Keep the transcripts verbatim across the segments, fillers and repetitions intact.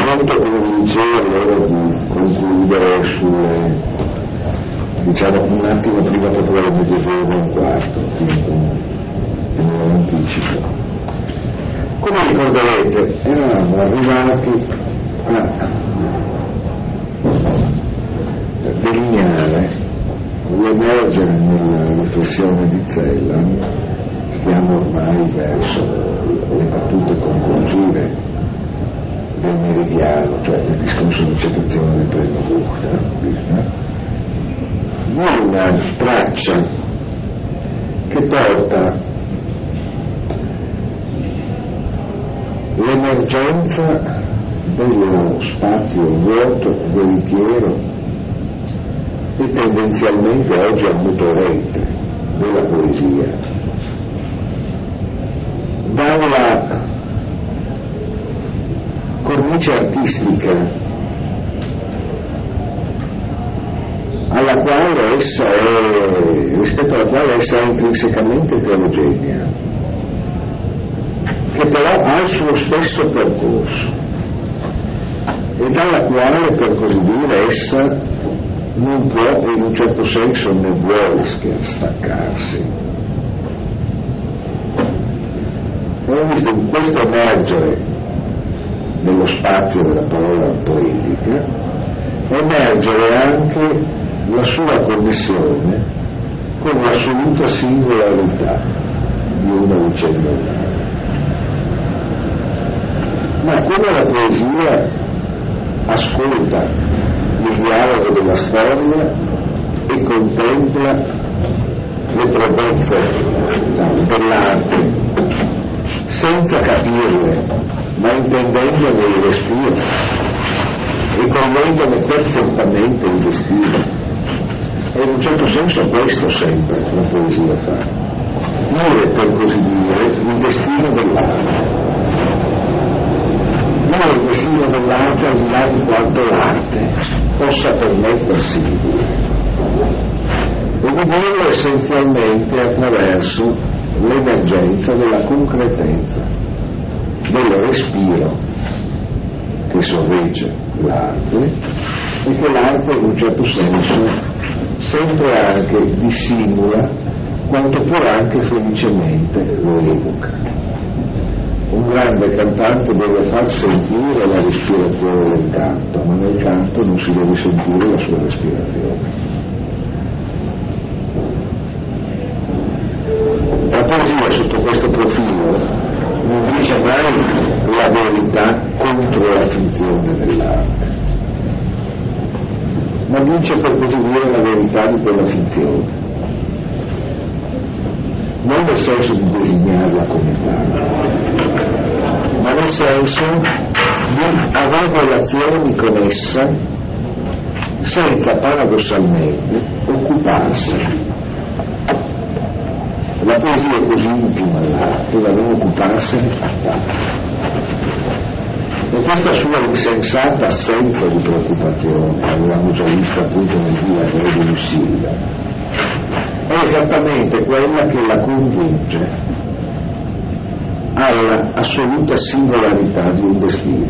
conto, come vi dicevo, allora di concludere sulle, diciamo, un attimo prima proprio delle mezz'ora e un quarto, quindi in un anticipo. Come ricorderete, eravamo arrivati a delineare, riemergere nella riflessione di Zellan, stiamo ormai verso le battute conclusive del meridiano, cioè del discorso di accettazione del primo Buddha, di una traccia che porta l'emergenza dello spazio vuoto, veritiero e tendenzialmente oggi a motorente della poesia, dalla cornice artistica alla quale essa è, rispetto alla quale essa è intrinsecamente eterogenea, che però ha il suo stesso percorso e dalla quale, per così dire, essa non può e in un certo senso ne vuole staccarsi. E in questo emergere dello spazio della parola poetica, emergere anche la sua connessione con l'assoluta singolarità di una vicenda umana. Ma come la poesia ascolta il dialogo della storia e contempla le prodezze dell'arte senza capirle, ma intendendone il respiro e cogliendone perfettamente il destino. E in un certo senso questo sempre la poesia fa, dire, per così dire, il destino dell'arte. Dire il destino dell'arte al di là di quanto l'arte possa permettersi di dire. E di dirlo essenzialmente attraverso l'emergenza della concretezza, del respiro che sorregge l'arte e che l'arte in un certo senso sempre anche dissimula, quanto pure anche felicemente lo evoca. Un grande cantante deve far sentire la respirazione del canto, ma nel canto non si deve sentire la sua respirazione. La poesia sotto questo profilo non dice mai la verità contro la finzione dell'arte, ma dice, per così dire, la verità di quella finzione, non nel senso di designarla come tale, ma nel senso di avere relazioni con essa senza paradossalmente occuparsi. La poesia è così intima all'arte da non occuparsene affatto. E questa sua insensata assenza di preoccupazione, avevamo già visto appunto nel dialogo di Lucilla, è esattamente quella che la congiunge alla assoluta singolarità di un destino,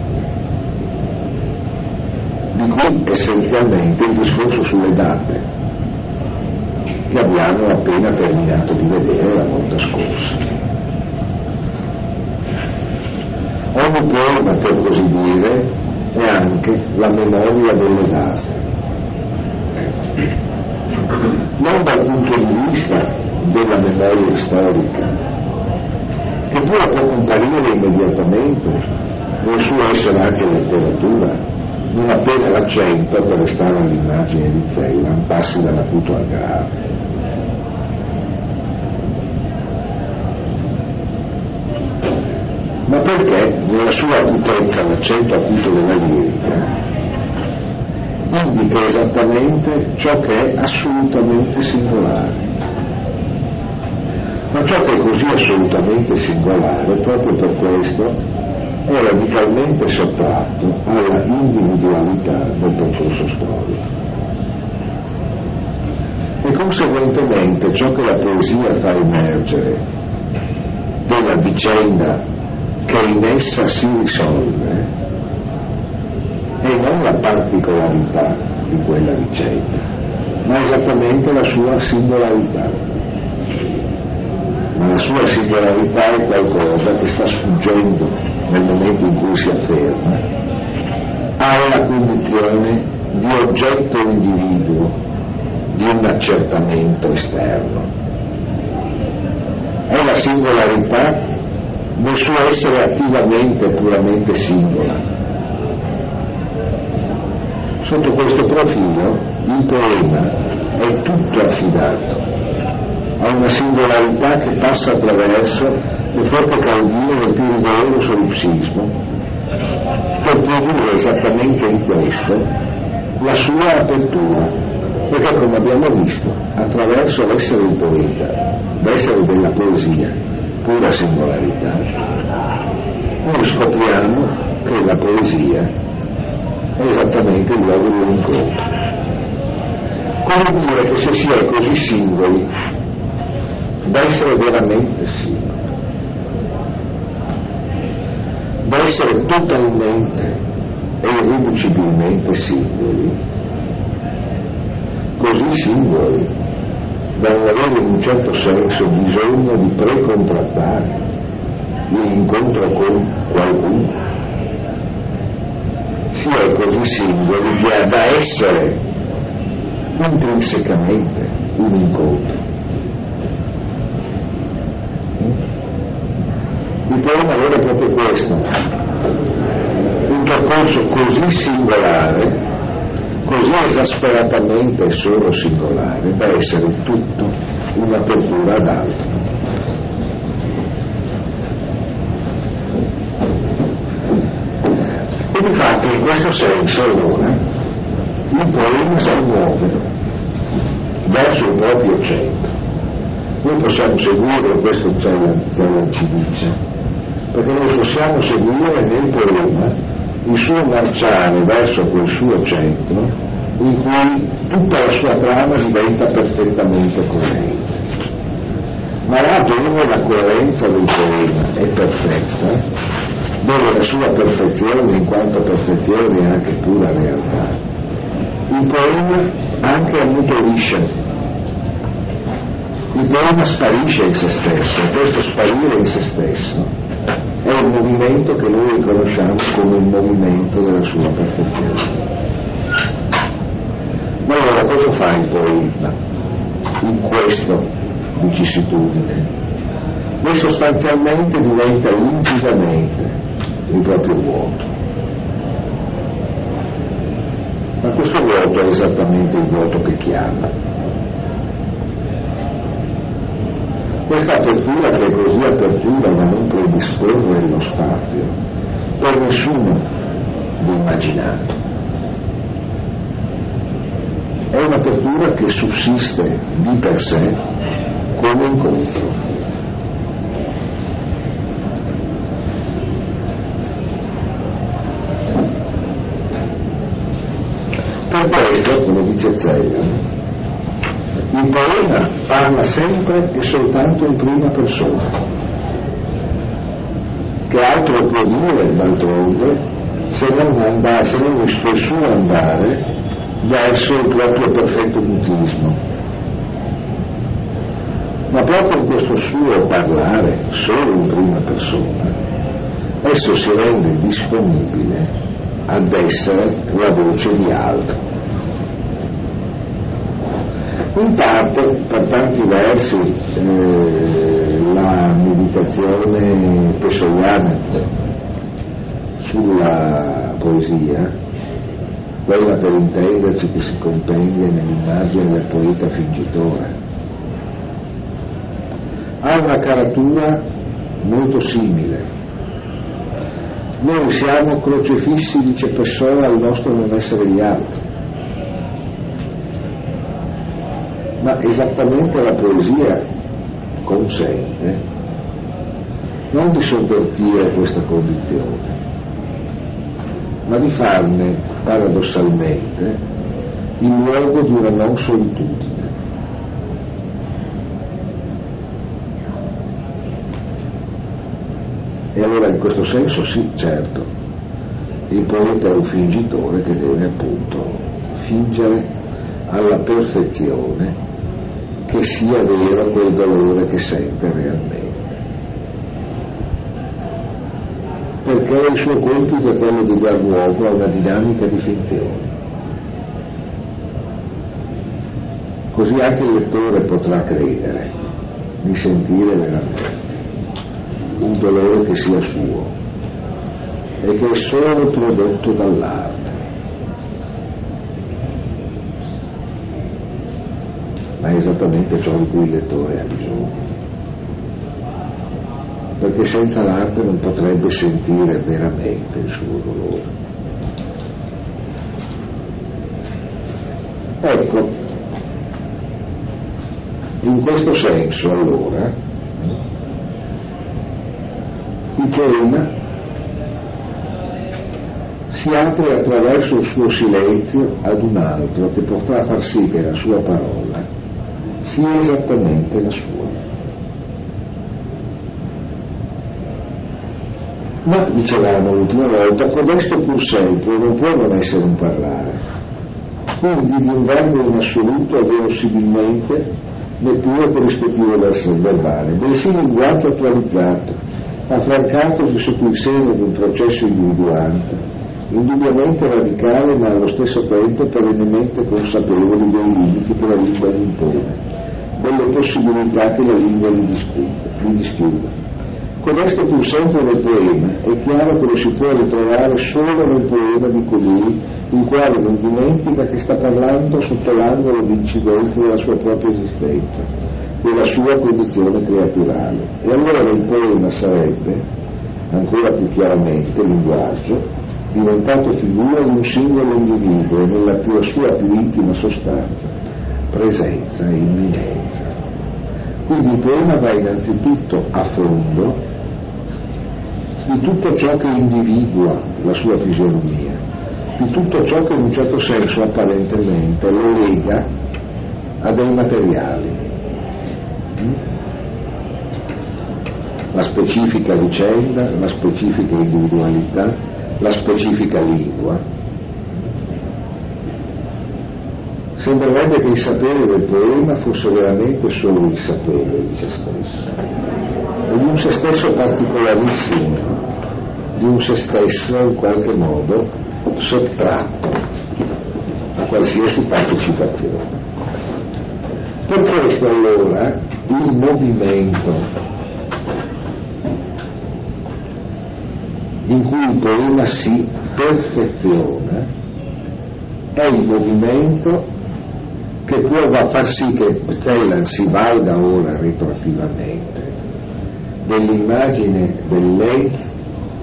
di cui essenzialmente il discorso sulle date che abbiamo appena terminato di vedere la volta scorsa. Ogni poema, per così dire, è anche la memoria delle date, non dal punto di vista della memoria storica, che pure può comparire immediatamente nel suo essere anche letteratura, non appena l'accento, per restare all'immagine di Zellan, passi dall'acuto al grave. Ma perché nella sua acutezza l'accento acuto della lirica indica esattamente ciò che è assolutamente singolare. Ma ciò che è così assolutamente singolare, proprio per questo, è radicalmente sottratto alla individualità del percorso storico. E conseguentemente ciò che la poesia fa emergere della vicenda che in essa si risolve particolarità di quella vicenda, ma esattamente la sua singolarità. Ma la sua singolarità è qualcosa che sta sfuggendo nel momento in cui si afferma, ha la condizione di oggetto individuo di un accertamento esterno. È la singolarità del suo essere attivamente e puramente singola. Sotto questo profilo il poema è tutto affidato a una singolarità che passa attraverso le forti caudine del più rigoroso solipsismo per produrre esattamente in questo la sua apertura, perché come abbiamo visto attraverso l'essere il poeta, l'essere della poesia, pura singolarità, noi scopriamo che la poesia è esattamente il luogo di un incontro. Come dire che se si è così singoli da essere veramente singoli, da essere totalmente e irriducibilmente singoli, così singoli da non avere in un certo senso bisogno di precontrattare l'incontro con qualcuno, si è così singoli da essere intrinsecamente un incontro. Il poema allora è proprio questo, un percorso così singolare, così esasperatamente e solo singolare, da essere tutto un'apertura ad altro. E infatti in questo senso allora il poema si muove verso il proprio centro. Noi possiamo seguire, questo Zeller ci dice, perché noi possiamo seguire nel poema il suo marciare verso quel suo centro in cui tutta la sua trama diventa perfettamente coerente. Ma là dove la coerenza del poema è perfetta, dove la sua perfezione in quanto perfezione è anche pura realtà, il poema anche ammutorisce. Il poema sparisce in se stesso, e questo sparire in se stesso è il movimento che noi riconosciamo come il movimento della sua perfezione. Ma allora cosa fa il poema in questa vicissitudine? Lui sostanzialmente diventa limpidamente il proprio vuoto. Ma questo vuoto è esattamente il vuoto che chiama. Questa apertura che è così apertura da non predisporre lo spazio per nessuno di immaginato. È un'apertura che sussiste di per sé come incontro. Per questo, come dice Zeller, il poema parla sempre e soltanto in prima persona. Che altro può dire d'altronde se non, andare, se non il suo andare verso il proprio perfetto mutismo? Ma proprio in questo suo parlare solo in prima persona, esso si rende disponibile ad essere la voce di altro. In parte, per tanti versi, eh, la meditazione pessoiana sulla poesia, quella per intenderci che si comprende nell'immagine del poeta fingitore, ha una caratura molto simile. Noi siamo crocefissi, dice Pessoa, al nostro non essere gli altri. Ma esattamente la poesia consente non di sovvertire questa condizione, ma di farne paradossalmente il luogo di una non solitudine. E allora in questo senso sì, certo, Il poeta è un fingitore che deve appunto fingere alla perfezione che sia vero quel dolore che sente realmente, perché il suo compito è quello di dar luogo a una dinamica di finzione. Così anche il lettore potrà credere di sentire veramente un dolore che sia suo e che è solo prodotto dall'arte, ma è esattamente ciò di cui il lettore ha bisogno, perché senza l'arte non potrebbe sentire veramente il suo dolore. Ecco, in questo senso allora il poema si apre attraverso il suo silenzio ad un altro che potrà far sì che la sua parola sia esattamente la sua. Ma, dicevamo l'ultima volta, codesto pur sempre non può non essere un parlare, quindi di un verbo in assoluto verosimilmente neppure corrispettivo verso il verbale, bensì linguaggio attualizzato, affrancatosi sotto il segno di un processo individuante, indubbiamente radicale ma allo stesso tempo perennemente consapevole dei limiti che la lingua gli impone, delle possibilità che la lingua gli dischiude. Codesto pur sempre del poema è chiaro che lo si può ritrovare solo nel poema di colui il quale non dimentica che sta parlando sotto l'angolo di incidenza della sua propria esistenza, della sua condizione creaturale. E allora il poema sarebbe, ancora più chiaramente, linguaggio, diventato figura di un singolo individuo nella più, sua più intima sostanza, presenza e imminenza. Quindi il poema va innanzitutto a fondo di tutto ciò che individua la sua fisionomia, di tutto ciò che in un certo senso apparentemente lo lega a dei materiali. La specifica vicenda, la specifica individualità, la specifica lingua. Sembrerebbe che il sapere del poema fosse veramente solo il sapere di se stesso, e di un se stesso particolarissimo, di un se stesso in qualche modo sottratto a qualsiasi partecipazione. Per questo allora il movimento in cui il poema si perfeziona è il movimento che può far sì che Celan si valga ora retroattivamente dell'immagine del Lenz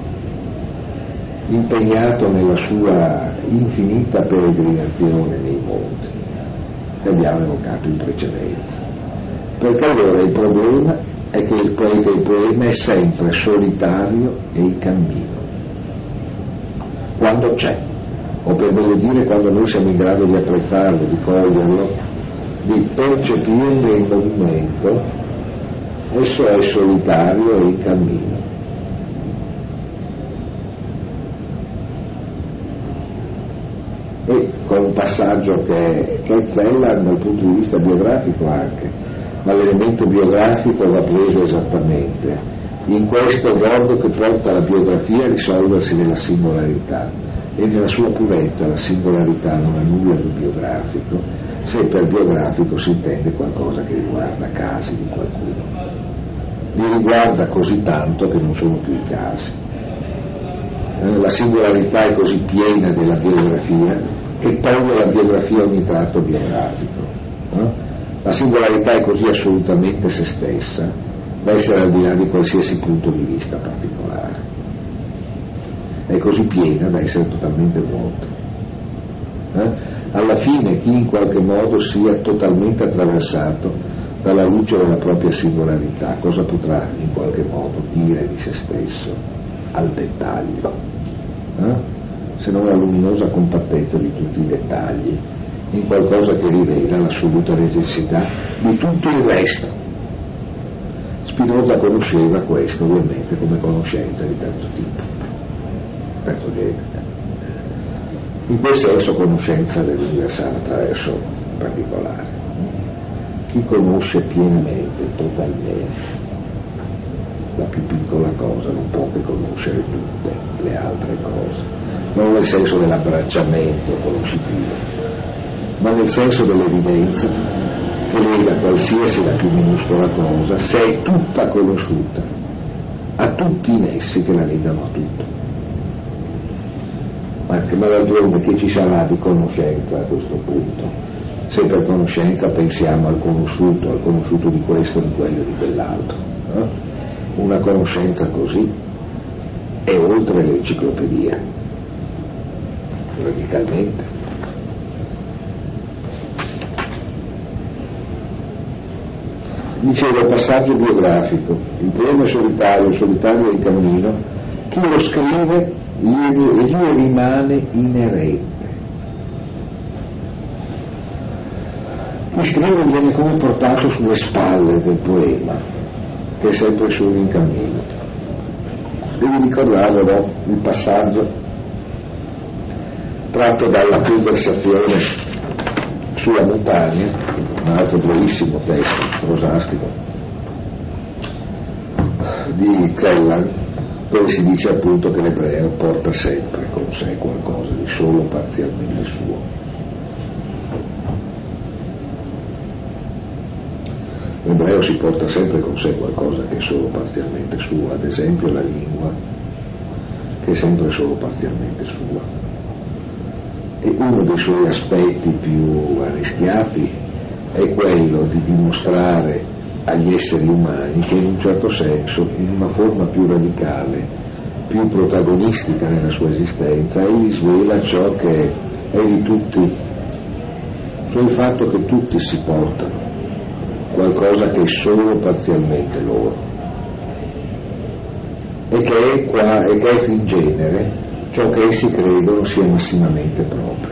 impegnato nella sua infinita peregrinazione nei monti che abbiamo evocato in precedenza, perché allora il problema è che il, che il poema è sempre solitario e in cammino quando c'è, o per meglio dire quando noi siamo in grado di apprezzarlo, di coglierlo, di percepirne il movimento. Esso è solitario e in cammino. E con un passaggio che, che è Celan dal punto di vista biografico anche, ma l'elemento biografico va preso esattamente in questo modo che porta la biografia a risolversi nella singolarità, e nella sua purezza la singolarità non ha nulla di biografico, se per biografico si intende qualcosa che riguarda casi di qualcuno. Li riguarda così tanto che non sono più i casi. La singolarità è così piena della biografia che toglie la biografia ogni tratto biografico. La singolarità è così assolutamente se stessa da essere al di là di qualsiasi punto di vista particolare. È così piena da essere totalmente vuota. Eh? Alla fine chi in qualche modo sia totalmente attraversato dalla luce della propria singolarità, cosa potrà in qualche modo dire di se stesso al dettaglio? Eh? Se non la luminosa compattezza di tutti i dettagli, in qualcosa che rivela l'assoluta necessità di tutto il resto. Spinoza conosceva questo ovviamente come conoscenza di terzo tipo. terzo genere. In quel senso conoscenza dell'universale attraverso il particolare. Chi conosce pienamente, totalmente, la più piccola cosa non può che conoscere tutte le altre cose, non nel senso dell'abbracciamento conoscitivo, ma nel senso dell'evidenza che lega qualsiasi la più minuscola cosa, se è tutta conosciuta, a tutti i nessi che la legano a tutto. Ma, ma d'altronde che ci sarà di conoscenza a questo punto? Se per conoscenza pensiamo al conosciuto, al conosciuto di questo, di quello e di quell'altro. No? Una conoscenza così è oltre l'enciclopedia, radicalmente. Dicevo, passaggio biografico, il poema è solitario, il solitario è in cammino, chi lo scrive gli, gli rimane inerente. Chi scrive viene come portato sulle spalle del poema, che è sempre solo in cammino. Devi ricordare no, il passaggio tratto dalla conversazione sulla montagna, un altro bellissimo testo prosastico di Zellan, dove si dice appunto che l'ebreo porta sempre con sé qualcosa di solo parzialmente suo. L'ebreo si porta sempre con sé qualcosa che è solo parzialmente suo, ad esempio la lingua, che è sempre solo parzialmente sua. E uno dei suoi aspetti più arrischiati è quello di dimostrare agli esseri umani che in un certo senso, in una forma più radicale, più protagonistica nella sua esistenza, egli svela ciò che è di tutti, cioè il fatto che tutti si portano qualcosa che è solo parzialmente loro e che è qua e che è in genere ciò che essi credono sia massimamente proprio.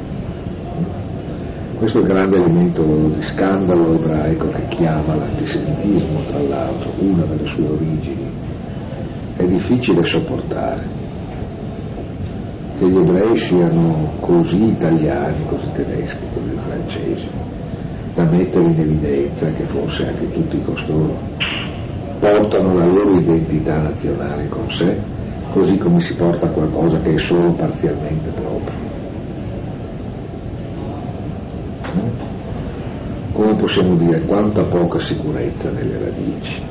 Questo è il grande elemento di scandalo ebraico che chiama l'antisemitismo, tra l'altro, una delle sue origini. È difficile sopportare che gli ebrei siano così italiani, così tedeschi, così francesi, da mettere in evidenza che forse anche tutti costoro portano la loro identità nazionale con sé, così come si porta qualcosa che è solo parzialmente proprio. Come possiamo dire quanta poca sicurezza nelle radici?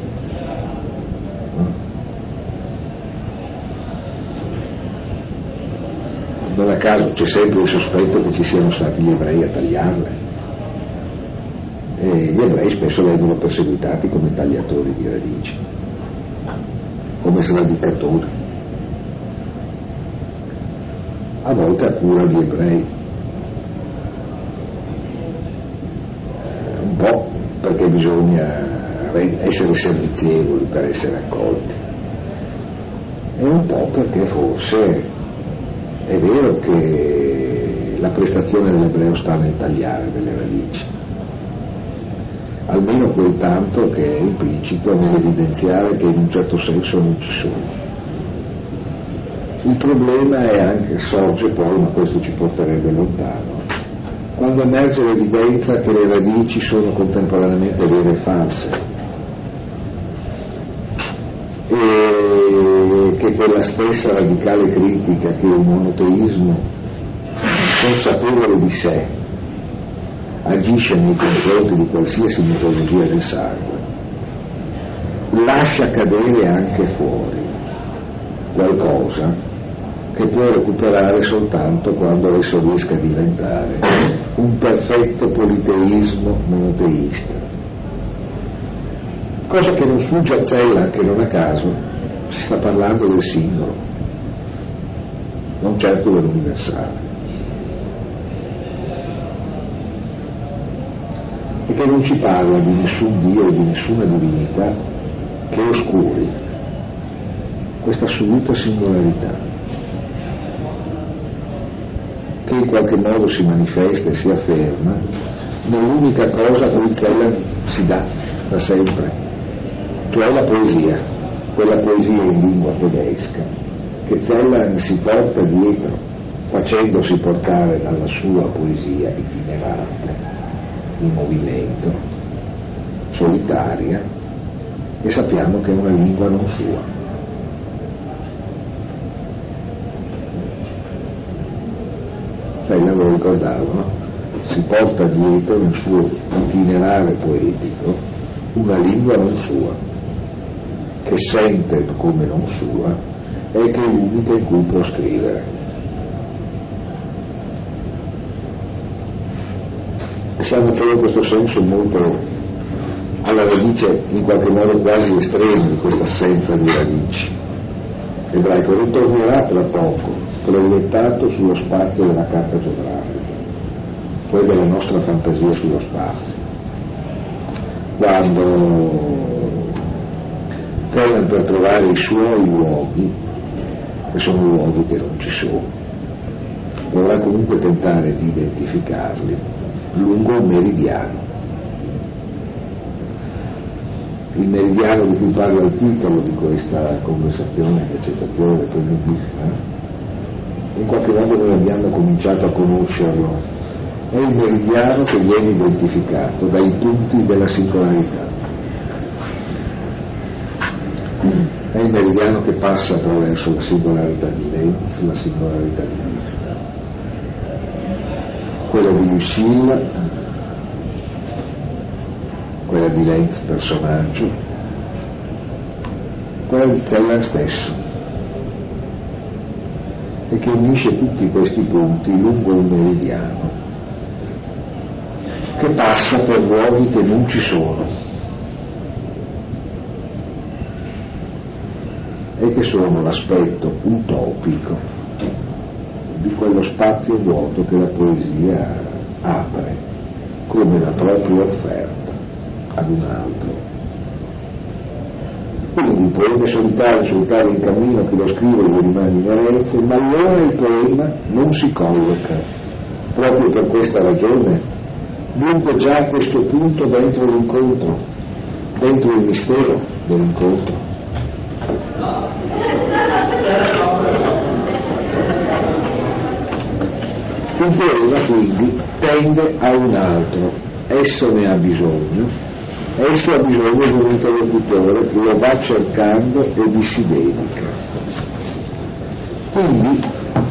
Non a caso c'è sempre il sospetto che ci siano stati gli ebrei a tagliarle. E gli ebrei spesso vengono perseguitati come tagliatori di radici, come sradicatori, a volte a cura di ebrei, un po' perché bisogna essere servizievoli per essere accolti, e un po' perché forse è vero che la prestazione dell'ebreo sta nel tagliare delle radici, almeno quel tanto che è implicito nell'evidenziare che in un certo senso non ci sono. Il problema è anche, sorge poi, ma questo ci porterebbe lontano, quando emerge l'evidenza che le radici sono contemporaneamente vere e false, e che quella stessa radicale critica che il monoteismo, consapevole di sé, agisce nei confronti di qualsiasi mitologia del sangue, lascia cadere anche fuori qualcosa che può recuperare soltanto quando esso riesca a diventare un perfetto politeismo monoteista, cosa che non sfugge a Zellan, che non a caso si sta parlando del singolo, non certo dell'universale, e che non ci parla di nessun Dio e di nessuna divinità che oscuri questa assoluta singolarità, che in qualche modo si manifesta e si afferma nell'unica cosa a cui Zellan si dà da sempre, cioè la poesia, quella poesia in lingua tedesca che Zellan si porta dietro, facendosi portare dalla sua poesia itinerante, in movimento, solitaria, e sappiamo che è una lingua non sua. Zellan lo ricordava, no? Si porta dietro nel suo itinerare poetico una lingua non sua, che sente come non sua e che è l'unica in cui può scrivere. Siamo cioè in questo senso molto alla radice, in qualche modo quasi estrema, di questa assenza di radici. Ebraico ritornerà tra poco, proiettato sullo spazio della carta geografica, cioè della nostra fantasia sullo spazio. Quando Zellan, per trovare i suoi luoghi, che sono luoghi che non ci sono, dovrà comunque tentare di identificarli lungo il meridiano. Il meridiano di cui parla il titolo di questa conversazione, di accettazione, in qualche modo noi abbiamo cominciato a conoscerlo. È il meridiano che viene identificato dai punti della singolarità. È il meridiano che passa attraverso la singolarità di Lenz, la singolarità di Rifta, quella di Lucille, quella di Lenz personaggio, quella di Zellan stesso, e che unisce tutti questi punti lungo il meridiano, che passa per luoghi che non ci sono e che sono l'aspetto utopico di quello spazio vuoto che la poesia apre come la propria offerta ad un altro. Quindi il poema solitario, solitario in cammino, che lo scrive e rimane inerente, ma allora il poema non si colloca. Proprio per questa ragione, dunque già a questo punto dentro l'incontro, dentro il mistero dell'incontro. Il poema quindi tende a un altro, esso ne ha bisogno, esso ha bisogno di un interlocutore, lo va cercando e vi si dedica. Quindi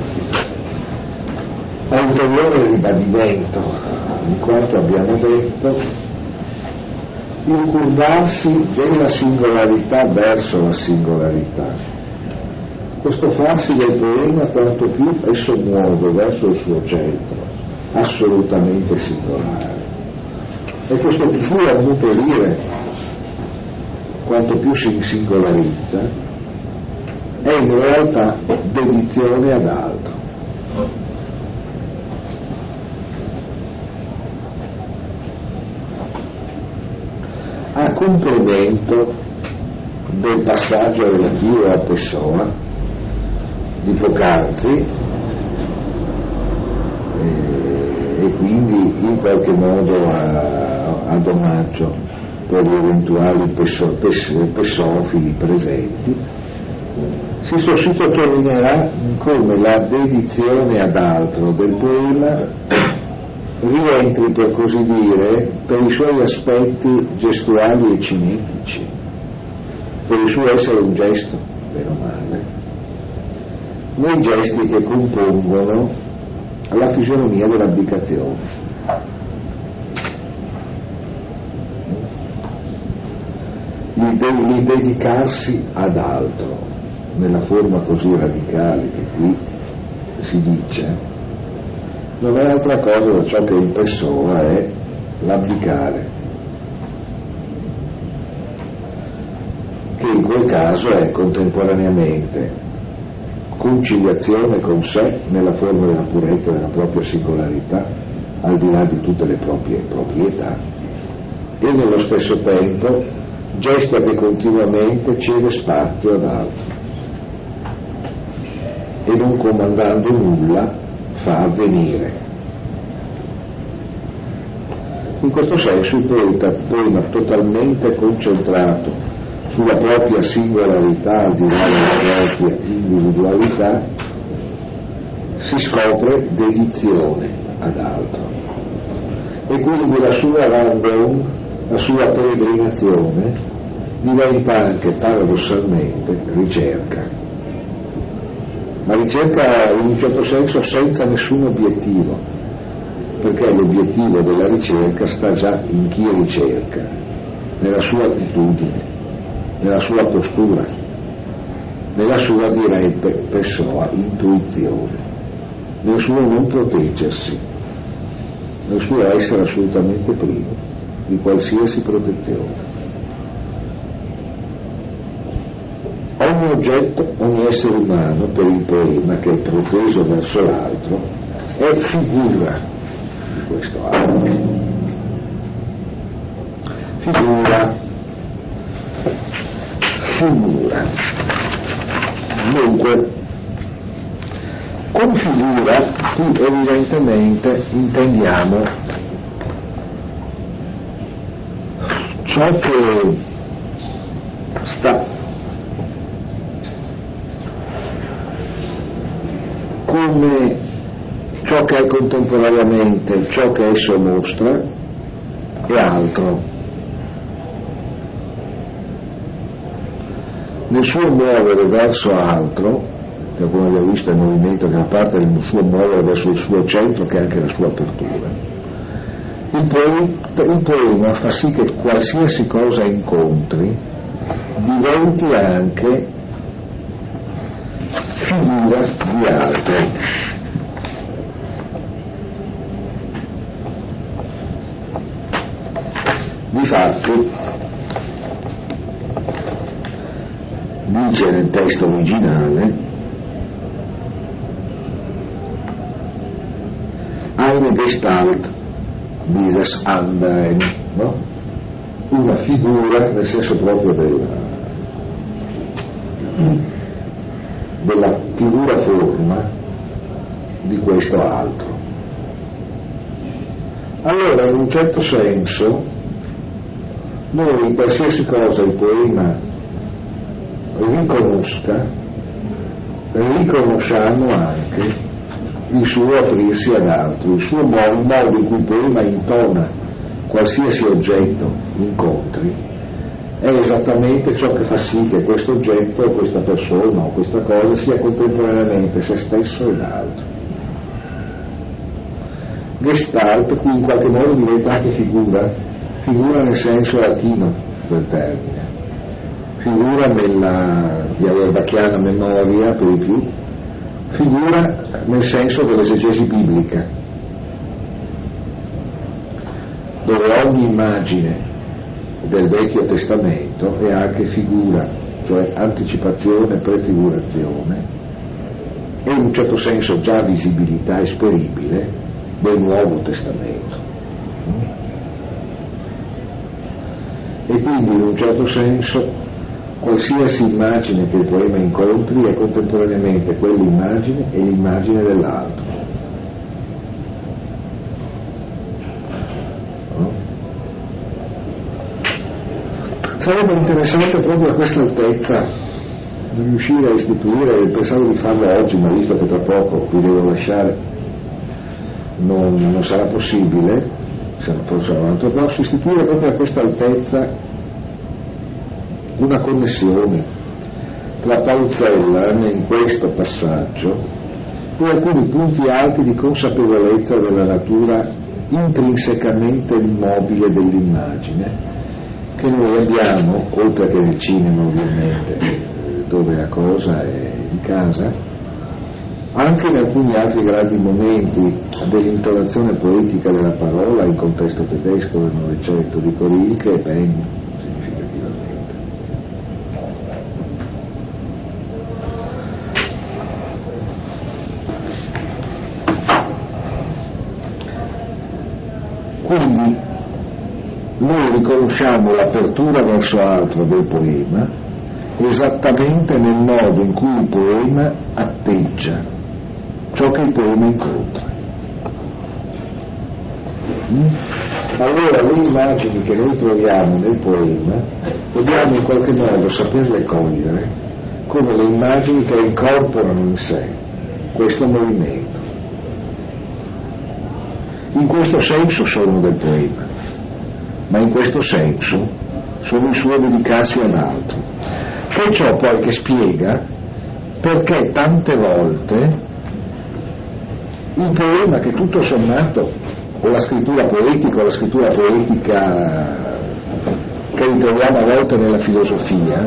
è ulteriore ribadimento di quanto abbiamo detto, il curvarsi della singolarità verso la singolarità. Questo farsi del poema quanto più esso muove verso il suo centro, assolutamente singolare. E questo suo ammutorire, quanto più si singolarizza, è in realtà dedizione ad altro. A complemento del passaggio relativo a Pessoa di poc'anzi, e, e quindi in qualche modo a, ad omaggio per gli eventuali pesso, pes, pessofili presenti, si sottolineerà come la dedizione ad altro del poema rientri, per così dire, per i suoi aspetti gestuali e cinetici, per il suo essere un gesto, meno male, nei gesti che compongono la fisionomia dell'abdicazione. Il, de- il dedicarsi ad altro, nella forma così radicale che qui si dice, non è altra cosa da ciò che in Pessoa è l'abdicare, che in quel caso è contemporaneamente conciliazione con sé nella forma della purezza della propria singolarità, al di là di tutte le proprie proprietà, e nello stesso tempo gesto che continuamente cede spazio ad altro e non comandando nulla fa avvenire. In questo senso il poeta, poema totalmente concentrato sulla propria singolarità al di là della propria individualità, si scopre dedizione ad altro, e quindi la sua random, la sua peregrinazione diventa anche paradossalmente ricerca, ma ricerca in un certo senso senza nessun obiettivo, perché l'obiettivo della ricerca sta già in chi ricerca, nella sua attitudine, nella sua postura, nella sua, direi, persona, intuizione, nel suo non proteggersi, nel suo essere assolutamente privo di qualsiasi protezione. Ogni oggetto, ogni essere umano, per il poema che è proteso verso l'altro, è figura di questo altro. Figura, figura. Dunque, con figura qui evidentemente intendiamo ciò che sta come ciò che è contemporaneamente ciò che esso mostra e altro. Nel suo muovere verso altro, che come abbiamo visto è il movimento che fa parte del suo muovere verso il suo centro, che è anche la sua apertura, il poema, il poema fa sì che qualsiasi cosa incontri diventi anche figura di altro. Difatti, dice nel testo originale, eine Gestalt dieses anderen, no? Una figura nel senso proprio della, della figura forma di questo altro. Allora, in un certo senso, noi in qualsiasi cosa il poema riconosca, riconosciamo anche il suo aprirsi ad altro, il suo modo, il modo in cui il poema intona qualsiasi oggetto incontri, è esattamente ciò che fa sì che questo oggetto, o questa persona, o questa cosa sia contemporaneamente se stesso ed altro. Gestalt qui in qualche modo diventa anche figura, figura nel senso latino del termine, figura nella dialerbachiana memoria per di più, figura nel senso dell'esegesi biblica, dove ogni immagine del Vecchio Testamento è anche figura, cioè anticipazione, prefigurazione, e in un certo senso già visibilità esperibile del Nuovo Testamento. E quindi in un certo senso qualsiasi immagine che il poema incontri è contemporaneamente quell'immagine e l'immagine dell'altro. No? Sarebbe interessante proprio a questa altezza riuscire a istituire, pensavo di farlo oggi, ma visto che tra poco vi devo lasciare non, non sarà possibile, se non forse un altro posso istituire proprio a questa altezza una connessione tra Pausella in questo passaggio e alcuni punti alti di consapevolezza della natura intrinsecamente immobile dell'immagine che noi abbiamo, oltre che nel cinema ovviamente, dove la cosa è di casa, anche in alcuni altri grandi momenti dell'intonazione poetica della parola in contesto tedesco del Novecento, di Rilke e Penn significativamente. Quindi noi riconosciamo l'apertura verso altro del poema esattamente nel modo in cui il poema atteggia ciò che il poema incontra. Allora le immagini che noi troviamo nel poema Dobbiamo in qualche modo saperle cogliere come le immagini che incorporano in sé questo movimento. In questo senso sono del poema, ma in questo senso sono il suo dedicarsi ad altro. Che è ciò poi che spiega perché tante volte il poema, che tutto sommato, o la scrittura poetica o la scrittura poetica che ritroviamo a volte nella filosofia,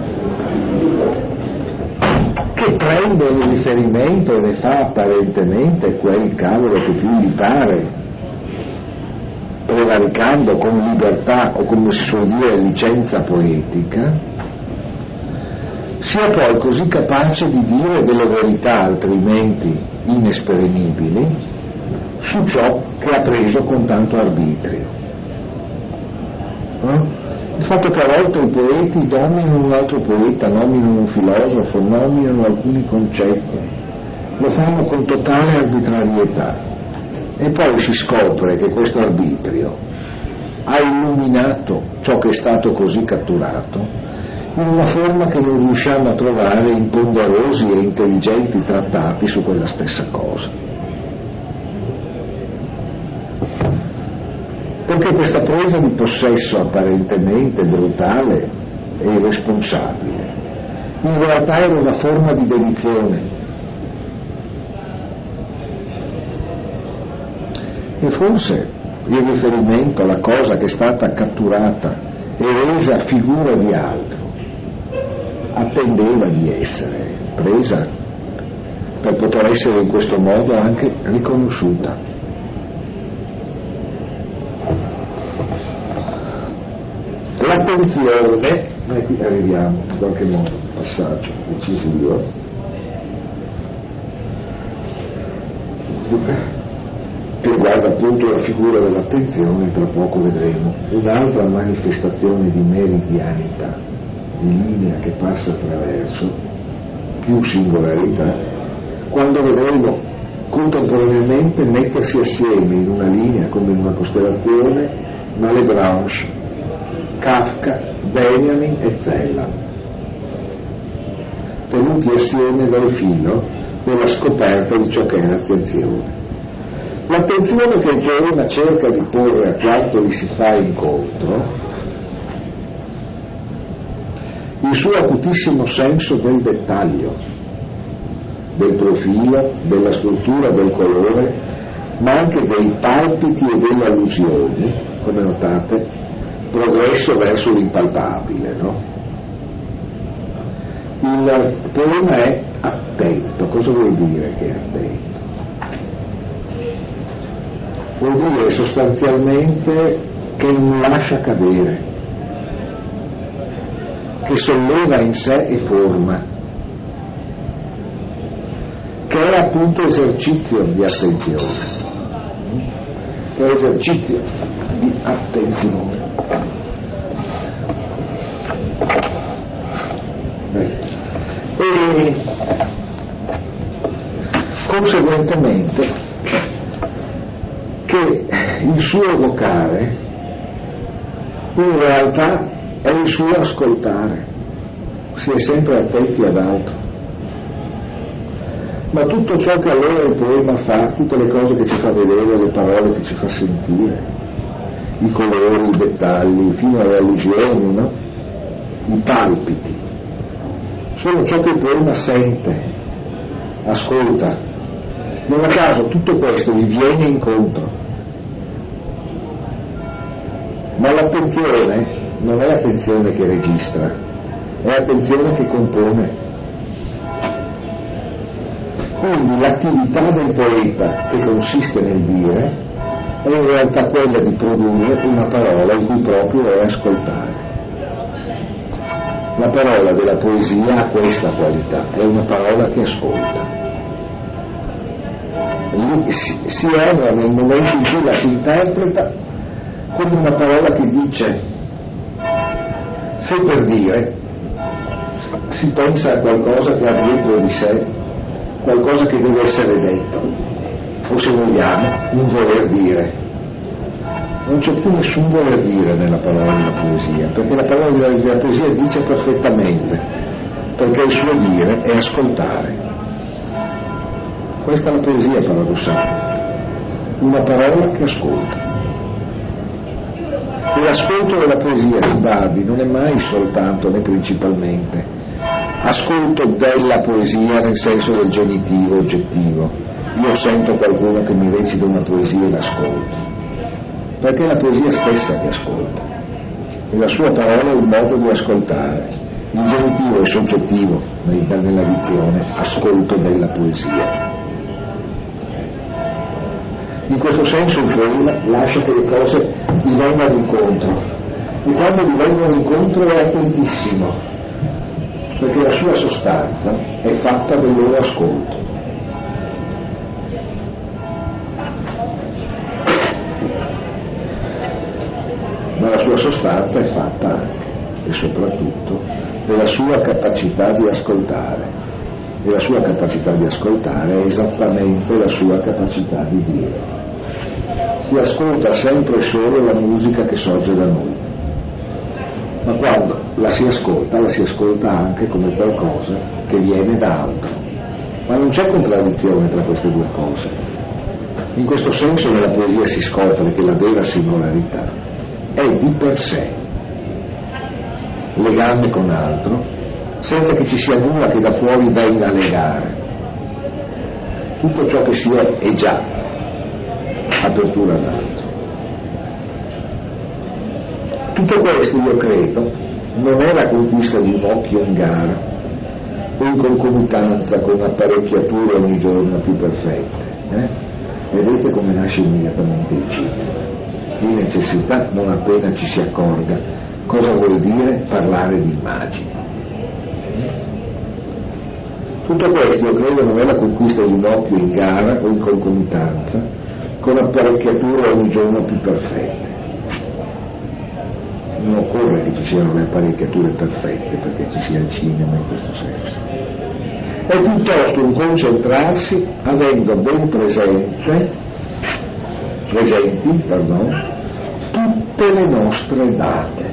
che prende il riferimento e ne fa apparentemente quel cavolo che più gli pare, prevaricando con libertà o, come si suol dire, licenza poetica, sia poi così capace di dire delle verità altrimenti inesperimibili su ciò che ha preso con tanto arbitrio. Eh? Il fatto che a volte i poeti dominano un altro poeta, nominano un filosofo, nominano alcuni concetti, lo fanno con totale arbitrarietà, e poi si scopre che questo arbitrio ha illuminato ciò che è stato così catturato in una forma che non riusciamo a trovare in ponderosi e intelligenti trattati su quella stessa cosa. Perché questa presa di possesso apparentemente brutale e irresponsabile in realtà era una forma di dedizione, e forse il riferimento alla cosa che è stata catturata e resa figura di altro attendeva di essere presa per poter essere in questo modo anche riconosciuta. L'attenzione, e qui arriviamo in qualche modo al passaggio decisivo, che riguarda appunto la figura dell'attenzione, tra poco vedremo un'altra manifestazione di meridianità, di linea che passa attraverso più singolarità, quando vedremo contemporaneamente mettersi assieme in una linea come in una costellazione Malebranche, Kafka, Benjamin e Zellan, tenuti assieme dal filo della scoperta di ciò che è l'attenzione. L'attenzione che il poema cerca di porre a quanto gli si fa incontro, il suo acutissimo senso del dettaglio, del profilo, della struttura, del colore, ma anche dei palpiti e delle allusioni, come notate, progresso verso l'impalpabile, no? Il poema è attento. Cosa vuol dire che è attento? Vuol dire sostanzialmente che non lascia cadere, che solleva in sé e forma, che è appunto esercizio di attenzione, che è esercizio di attenzione. E conseguentemente che il suo evocare in realtà è il suo ascoltare, si è sempre attenti ad altro. Ma tutto ciò che allora il poema fa, tutte le cose che ci fa vedere, le parole che ci fa sentire, i colori, i dettagli, fino alle allusioni, no? I palpiti, sono ciò che il poema sente, ascolta. Non a caso tutto questo gli viene incontro. Ma l'attenzione non è l'attenzione che registra, è l'attenzione che compone. Quindi l'attività del poeta, che consiste nel dire, è in realtà quella di produrre una parola il cui proprio è ascoltare. La parola della poesia ha questa qualità, è una parola che ascolta. Si, si entra nel momento in cui la si interpreta come una parola che dice, se per dire si pensa a qualcosa che ha dentro di sé, qualcosa che deve essere detto, o se vogliamo, un voler dire. non c'è più nessun voler dire nella parola della poesia, perché la parola della, della poesia dice perfettamente, perché il suo dire è ascoltare. Questa è la poesia paradossalmente, una parola che ascolta. E l'ascolto della poesia, si badi, non è mai soltanto né principalmente ascolto della poesia nel senso del genitivo oggettivo. Io sento qualcuno che mi recita una poesia e l'ascolto, perché è la poesia stessa che ascolta e la sua parola è un modo di ascoltare. Il genitivo è soggettivo nella dizione ascolto della poesia. In questo senso il poema lascia che le cose gli vengano incontro, e quando gli vengono incontro è attentissimo, perché la sua sostanza è fatta del loro ascolto. Ma la sua sostanza è fatta anche e soprattutto della sua capacità di ascoltare, e la sua capacità di ascoltare è esattamente la sua capacità di dire. Si ascolta sempre e solo la musica che sorge da noi, ma quando la si ascolta, la si ascolta anche come qualcosa che viene da altro, ma non c'è contraddizione tra queste due cose. In questo senso nella poesia si scopre che la vera singolarità è di per sé legame con altro, senza che ci sia nulla che da fuori venga a legare. Tutto ciò che si è è già apertura all'altro. Tutto questo, io credo, non è la conquista di un occhio in gara o in concomitanza con apparecchiature ogni giorno più perfette. Eh? Vedete come nasce immediatamente il cinema. Di necessità non appena ci si accorga cosa vuol dire parlare di immagini. Tutto questo, io credo, non è la conquista di un occhio in gara o in concomitanza con apparecchiature ogni giorno più perfette. Non occorre che ci siano le apparecchiature perfette perché ci sia il cinema in questo senso. È piuttosto un concentrarsi avendo ben presente, presenti pardon, tutte le nostre date.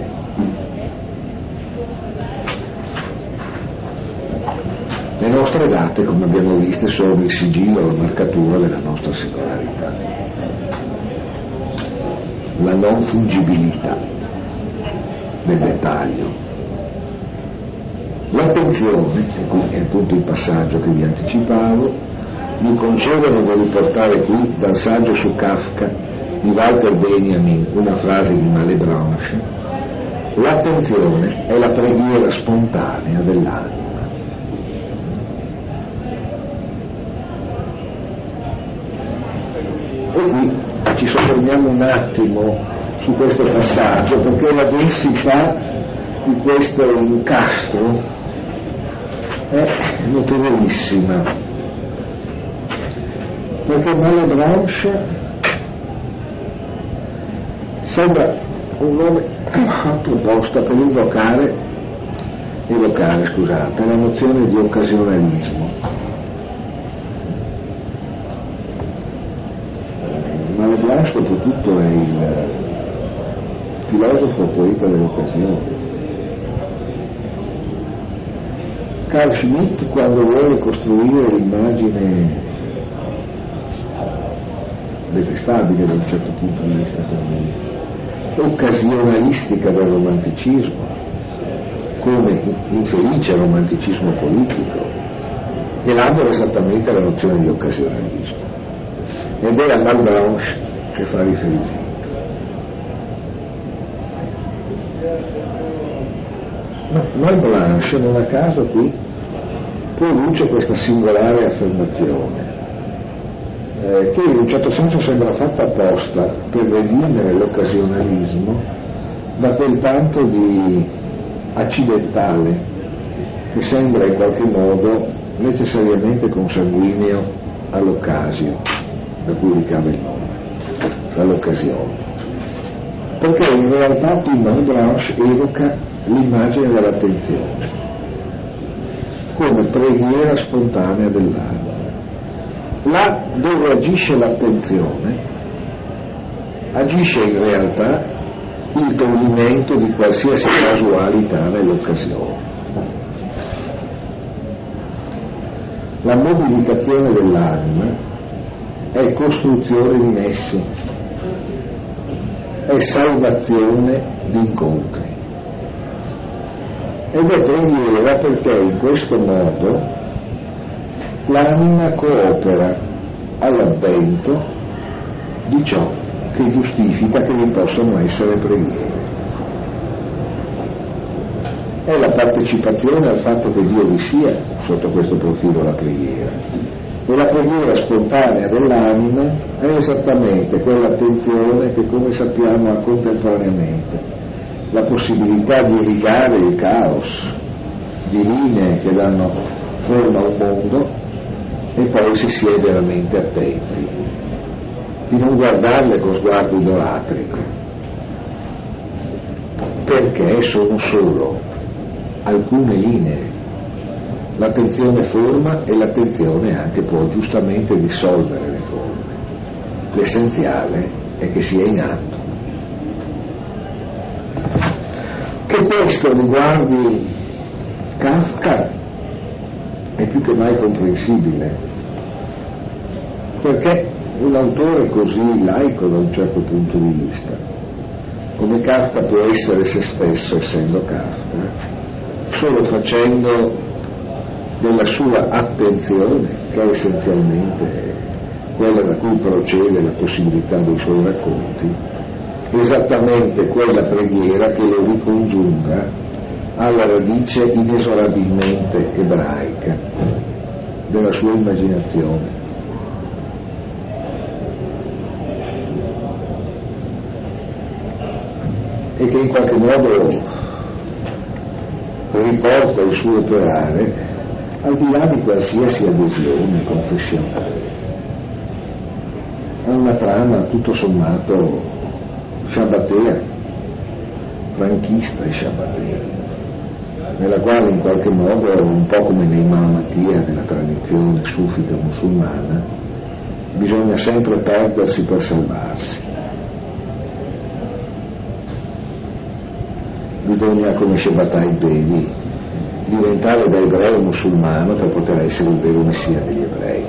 Le nostre date, come abbiamo visto, sono il sigillo, la marcatura della nostra singolarità, la non fungibilità del dettaglio. L'attenzione, e qui è appunto il passaggio che vi anticipavo, mi concedono di riportare qui dal saggio su Kafka di Walter Benjamin una frase di Malebranche: l'attenzione è la preghiera spontanea dell'anima. E qui ci soffermiamo un attimo su questo passaggio, perché la densità di questo incastro è notevolissima, perché Malebranche sembra un nome fatto apposta per invocare, evocare, scusate, la nozione di occasionalismo. Malebranche soprattutto è il filosofo poeta dell'occasione. Carl Schmitt, quando vuole costruire l'immagine detestabile da un certo punto di vista per me, occasionalistica del romanticismo, come infelice romanticismo politico, elabora esattamente la nozione di occasionalismo. Ed è a Malebranche che fa riferimento. Ma Malebranche non a caso qui produce questa singolare affermazione, eh, che in un certo senso sembra fatta apposta per redimere l'occasionalismo da quel tanto di accidentale che sembra in qualche modo necessariamente consanguineo all'occasio, da cui ricava il nome, dall'occasione. Perché in realtà qui Malebranche evoca l'immagine dell'attenzione come preghiera spontanea dell'anima. Là dove agisce l'attenzione agisce in realtà il togliimento di qualsiasi casualità nell'occasione. La mobilitazione dell'anima è costruzione di nessi, è salvazione di incontri. Ed è preghiera perché in questo modo l'anima coopera all'avvento di ciò che giustifica che vi possano essere preghiere. È la partecipazione al fatto che Dio vi sia sotto questo profilo la preghiera. E la preghiera spontanea dell'anima è esattamente quell'attenzione che, come sappiamo, ha contemporaneamente la possibilità di irrigare il caos di linee che danno forma a un mondo, e poi si si è veramente attenti di non guardarle con sguardo idolatrico, perché sono solo alcune linee. L'attenzione forma e l'attenzione anche può giustamente dissolvere le forme. L'essenziale è che sia in atto. Che questo riguardi Kafka è più che mai comprensibile, perché un autore così laico da un certo punto di vista, come Kafka può essere se stesso essendo Kafka, solo facendo della sua attenzione, che è essenzialmente quella da cui procede la possibilità dei suoi racconti, esattamente quella preghiera che lo ricongiunga alla radice inesorabilmente ebraica della sua immaginazione. E che in qualche modo riporta il suo operare al di là di qualsiasi adesione confessionale. È una trama tutto sommato sciabbatea, franchista e sciabbatea, nella quale in qualche modo, un po' come nei Mahamatiyya della tradizione sufita musulmana, bisogna sempre perdersi per salvarsi. Bisogna, come Shabbatai Zevi, diventare da ebreo musulmano per poter essere il vero messia degli ebrei.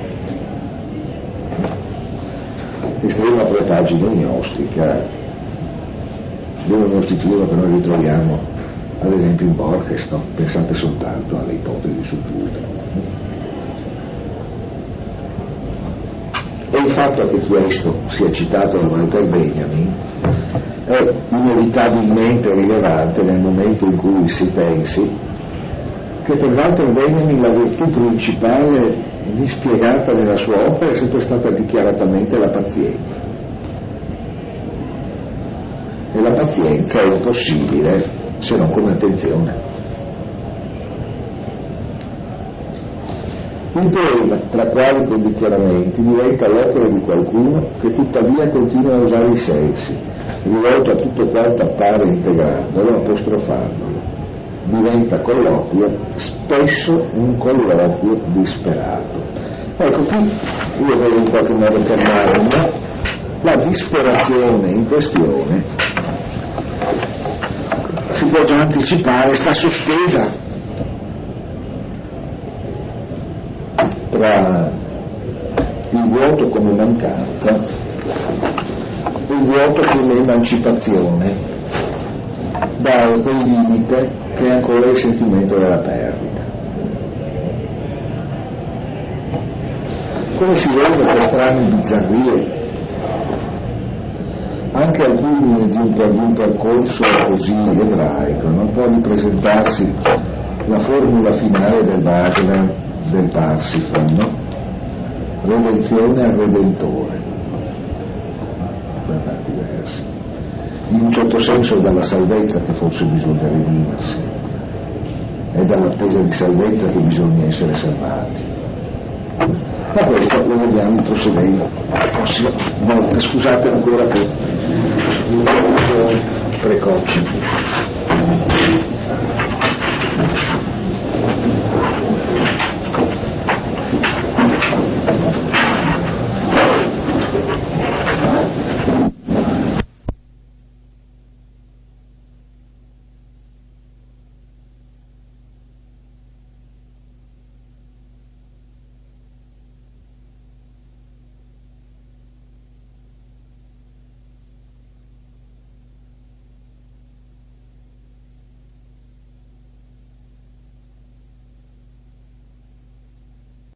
Estrema propagine gnostica, dello gnosticismo che noi ritroviamo ad esempio in Borges, no? Pensate soltanto alle ipotesi su Giuda. E il fatto che questo sia citato da Walter Benjamin è inevitabilmente rilevante nel momento in cui si pensi che per Walter Benjamin la virtù principale dispiegata nella sua opera è sempre stata dichiaratamente la pazienza. E la pazienza è impossibile se non con attenzione. Il poema, tra quali condizionamenti, diventa l'opera di qualcuno che tuttavia continua a usare i sensi, rivolto a tutto quanto appare integrandolo, apostrofandolo. Diventa colloquio, spesso un colloquio disperato. Ecco, qui io voglio in qualche modo fermarmi, ma la disperazione in questione, si può già anticipare, sta sospesa tra il vuoto come mancanza e il vuoto come emancipazione da quel limite che è ancora il sentimento della perdita. Come si vede per strane bizzarrie, anche al culmine di un, di un percorso così ebraico non può ripresentarsi la formula finale del Wagner del Parsifal, no? Redenzione al Redentore, per tanti versi. In un certo senso è dalla salvezza che forse bisogna redimersi, è dall'attesa di salvezza che bisogna essere salvati. Ma questo lo vediamo proseguendo la prossima volta. Scusate ancora per l'introduzione precoce.